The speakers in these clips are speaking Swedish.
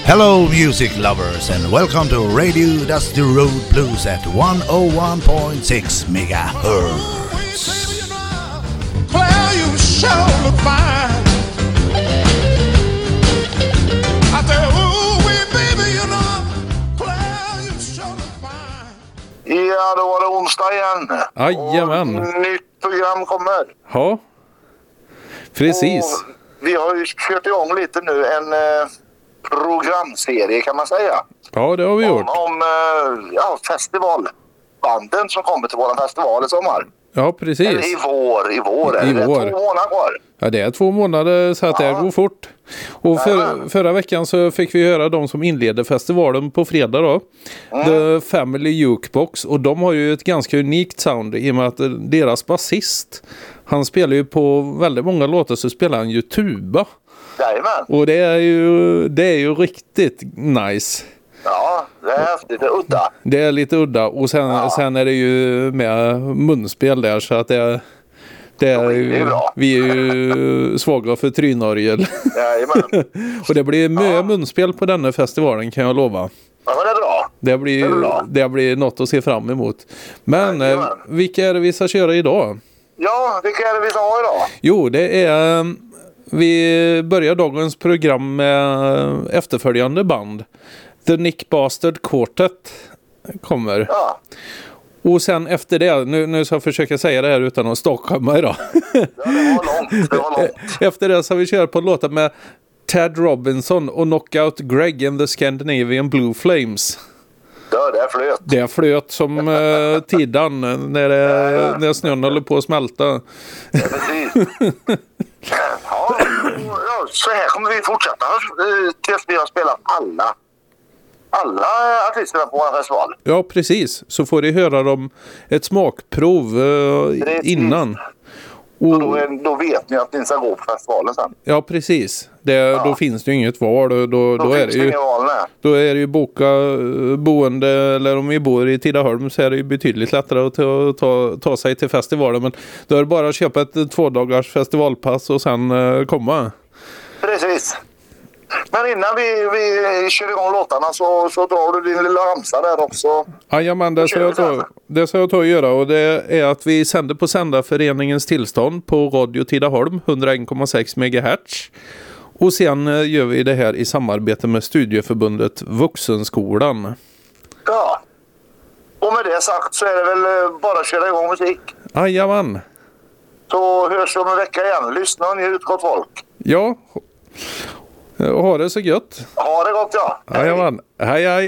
Hello music lovers and welcome to Radio Dusty Road Blues at 101.6 megahertz. Claire, you sure look fine. I tell you, ooh, baby, you know, Claire, you sure look fine. Ja, då var det onsdag igen. Jajamän. Och nytt program kommer. Ja, precis. Och vi har ju kört igång lite nu en programserie kan man säga. Ja, det har vi gjort. Om festivalbanden som kommer till våran festival i sommar. Ja, precis. Eller i vår. Är det 2 månader kvar? Ja, det är 2 månader så att det går fort. Och förra veckan så fick vi höra de som inleder festivalen på fredag då. The Family Jukebox. Och de har ju ett ganska unikt sound i och med att deras basist, han spelar ju på väldigt många låtar så spelar han ju tuba. Jajamän. Och det är ju riktigt nice. Ja, det är lite udda. Det är lite udda. Och sen är det ju med munspel där så att det är ju, vi är ju svaga för trynorgel. Jajamän. Och det blir mycket munspel på denna festivalen kan jag lova. Ja, men det är bra. Det blir något att se fram emot. Men vilka är det vi ska köra idag? Ja, vilka är det vi ska ha idag? Jo, det är... Vi börjar dagens program med efterföljande band. The Nick Bastard Quartet kommer. Ja. Och sen efter det, nu ska jag försöka säga det här utan att stocka idag. Ja, det var långt. Efter det så har vi kört på låtar med Ted Robinson och Knockout Greg and the Scandinavian Blue Flames. Ja, det flöt. Det flöt som tidan när snön håller på att smälta. Ja, precis. Ja, så här kommer vi fortsätta tills vi har spelat alla artisterna på vår festival. Ja, precis. Så får ni höra dem ett smakprov innan. Och då vet ni att ni ska gå på festivalen sen. Ja, precis. Då finns det ju inget val. Då är det ju, då är det ju boka boende, eller om vi bor i Tidaholm så är det ju betydligt lättare att ta sig till festivalen. Men då är det bara att köpa ett 2-dagars festivalpass och sen komma. Precis. Men innan vi kör igång låtarna så drar du din lilla ramsa där också. Jajamän, det ska jag ta och göra. Och det är att vi sänder på Sändarföreningens tillstånd på Radio Tidaholm 101,6 MHz. Och sen gör vi det här i samarbete med studieförbundet Vuxenskolan. Ja. Och med det sagt så är det väl bara att köra igång musik. Jajamän. Så hörs vi om en vecka igen. Lyssna och njut gott folk. Ja. Ha det så gött. Ha det gott, ja. Jajamän. Hej.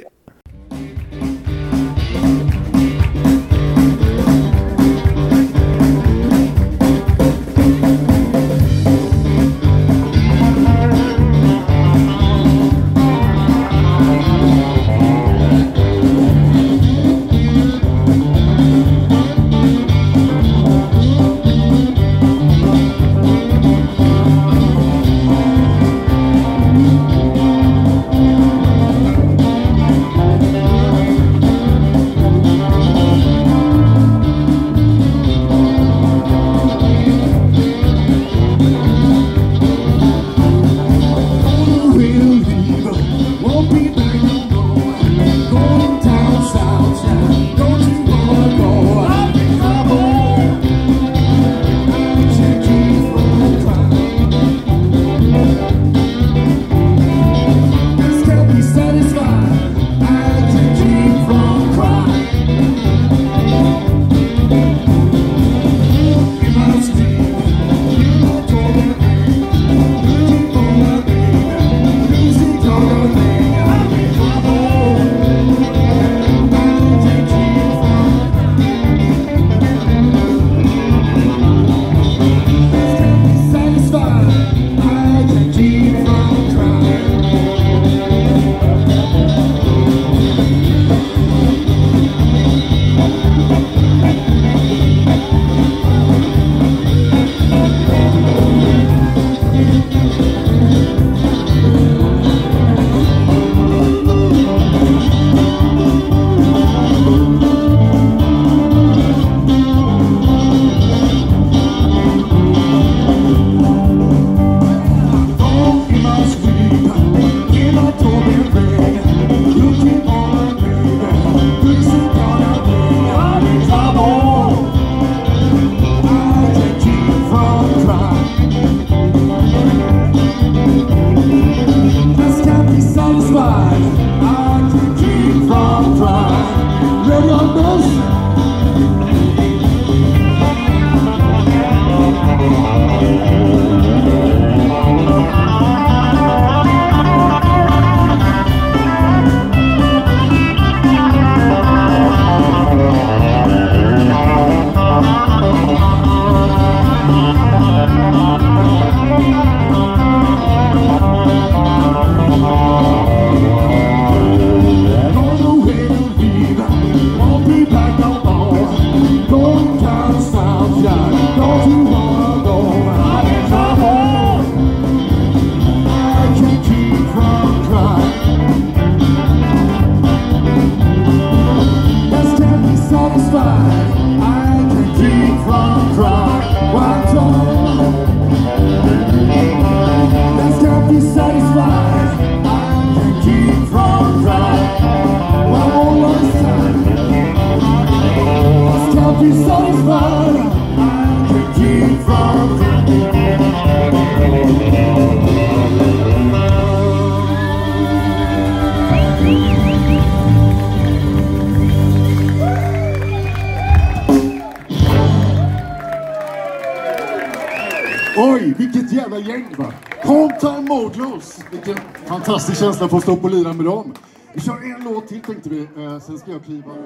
ett jävla gäng va. Hometown Modules. Vilken fantastisk känsla på att stå upp och lira med dem. Vi kör en låt till tänkte vi. Sen ska jag kliva.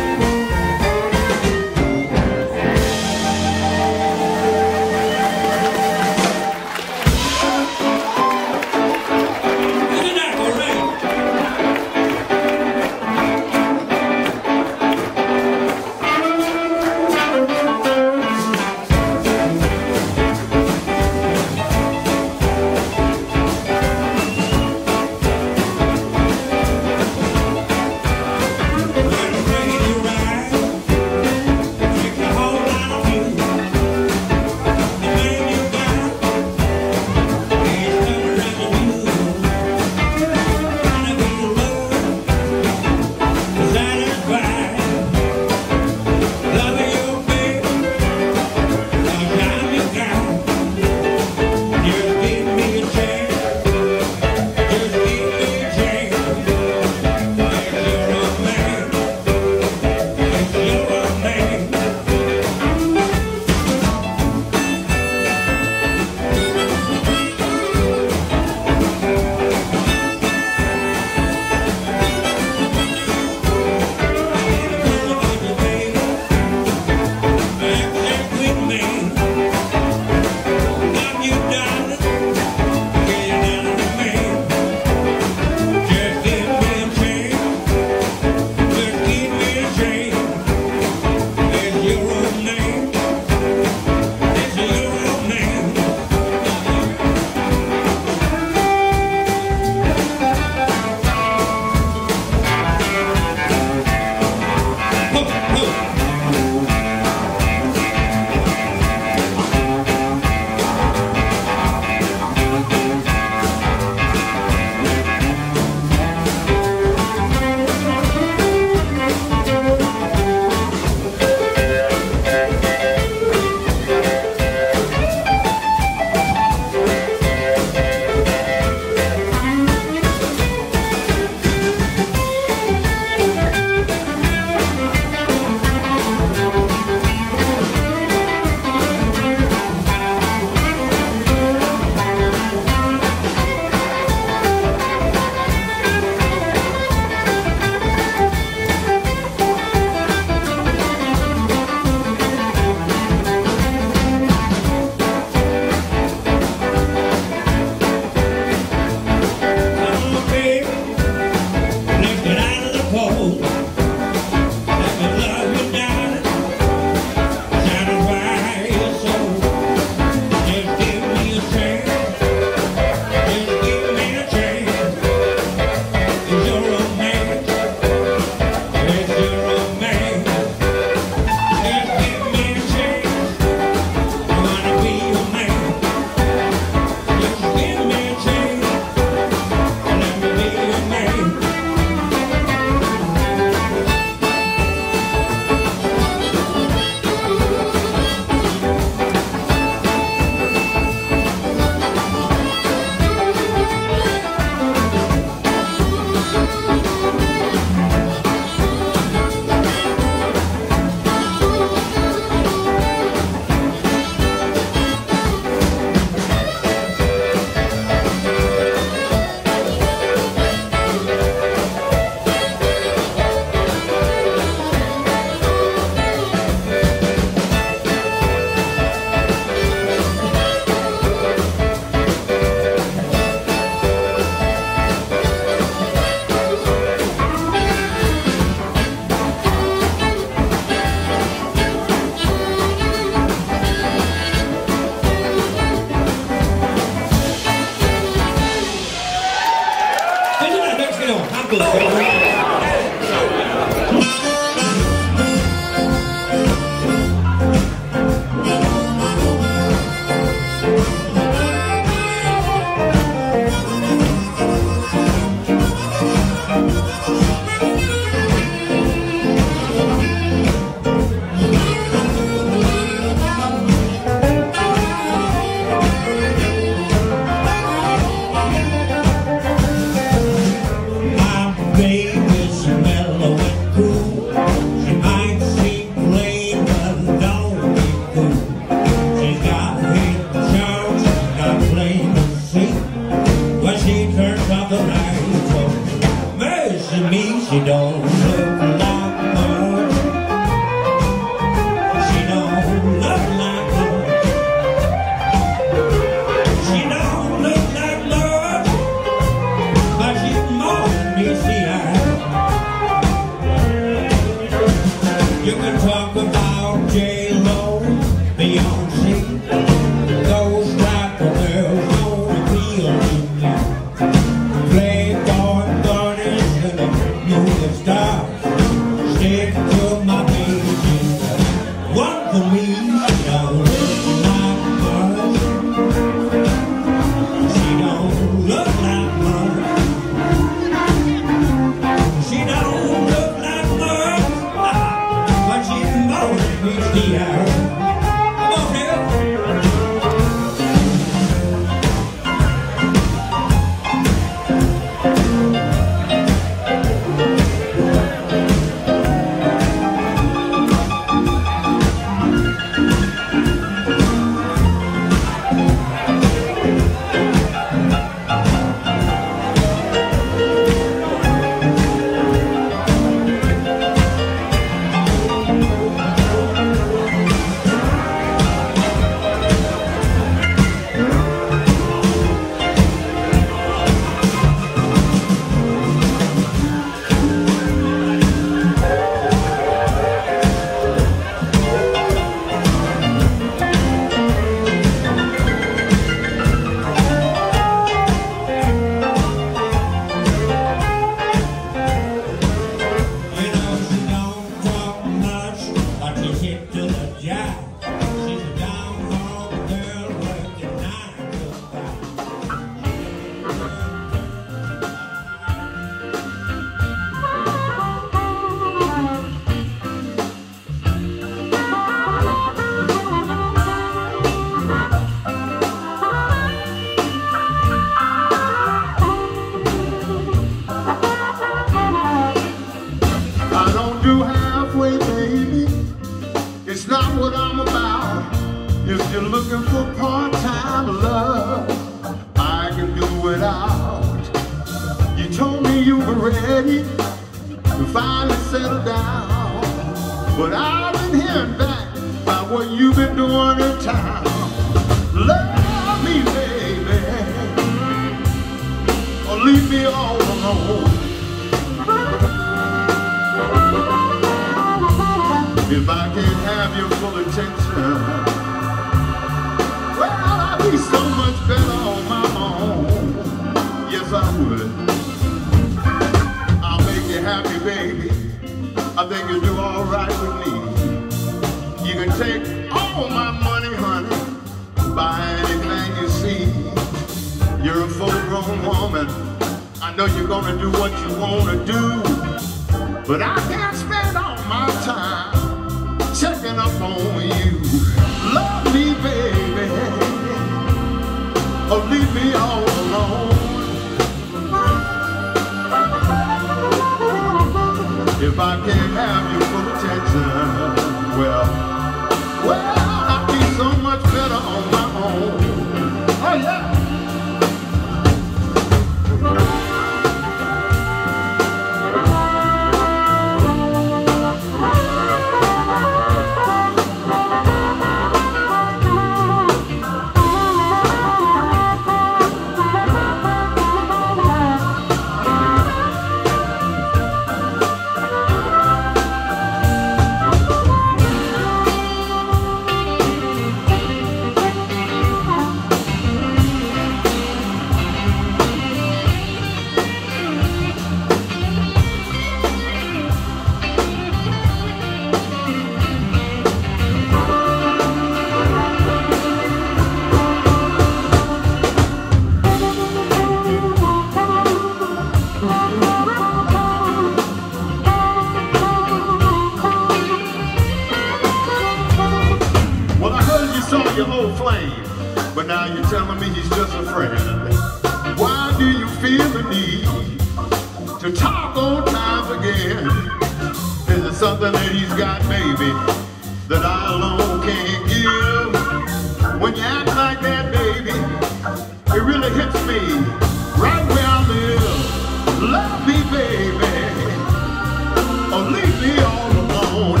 we need to talk old times again. Is it something that he's got, baby, that I alone can't give? When you act like that, baby, it really hits me right where I live. Love me, baby, or leave me all alone.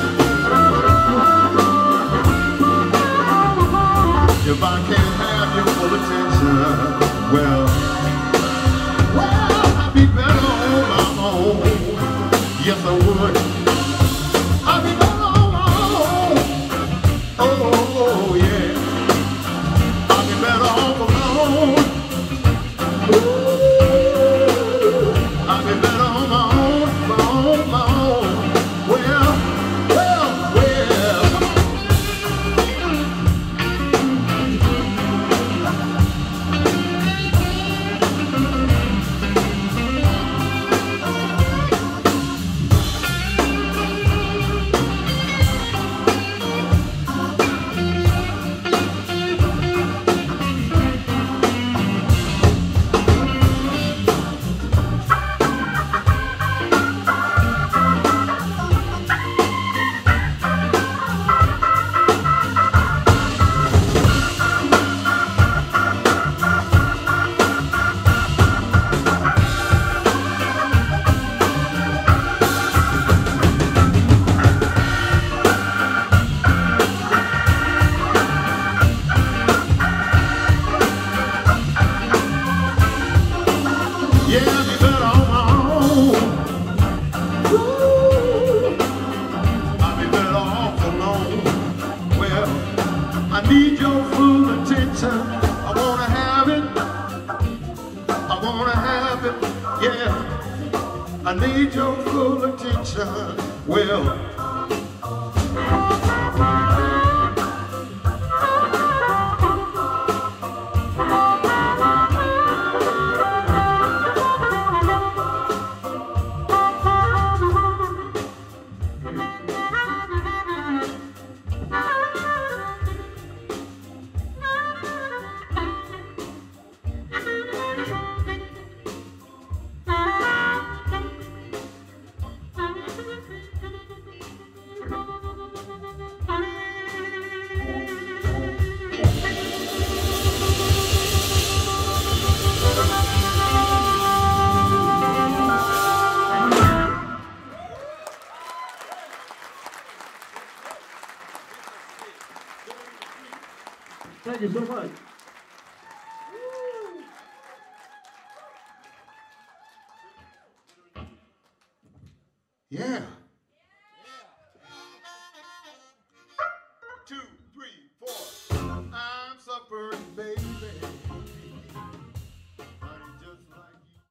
If I can't have your full attention, well, I'd be better on my own. Yes, I would. I'd be better on my own. Oh, yeah. I'd be better off alone. Ooh, I'd be better on my own, my own, my own. Well. I need your full attention. Well, thank you so much. yeah.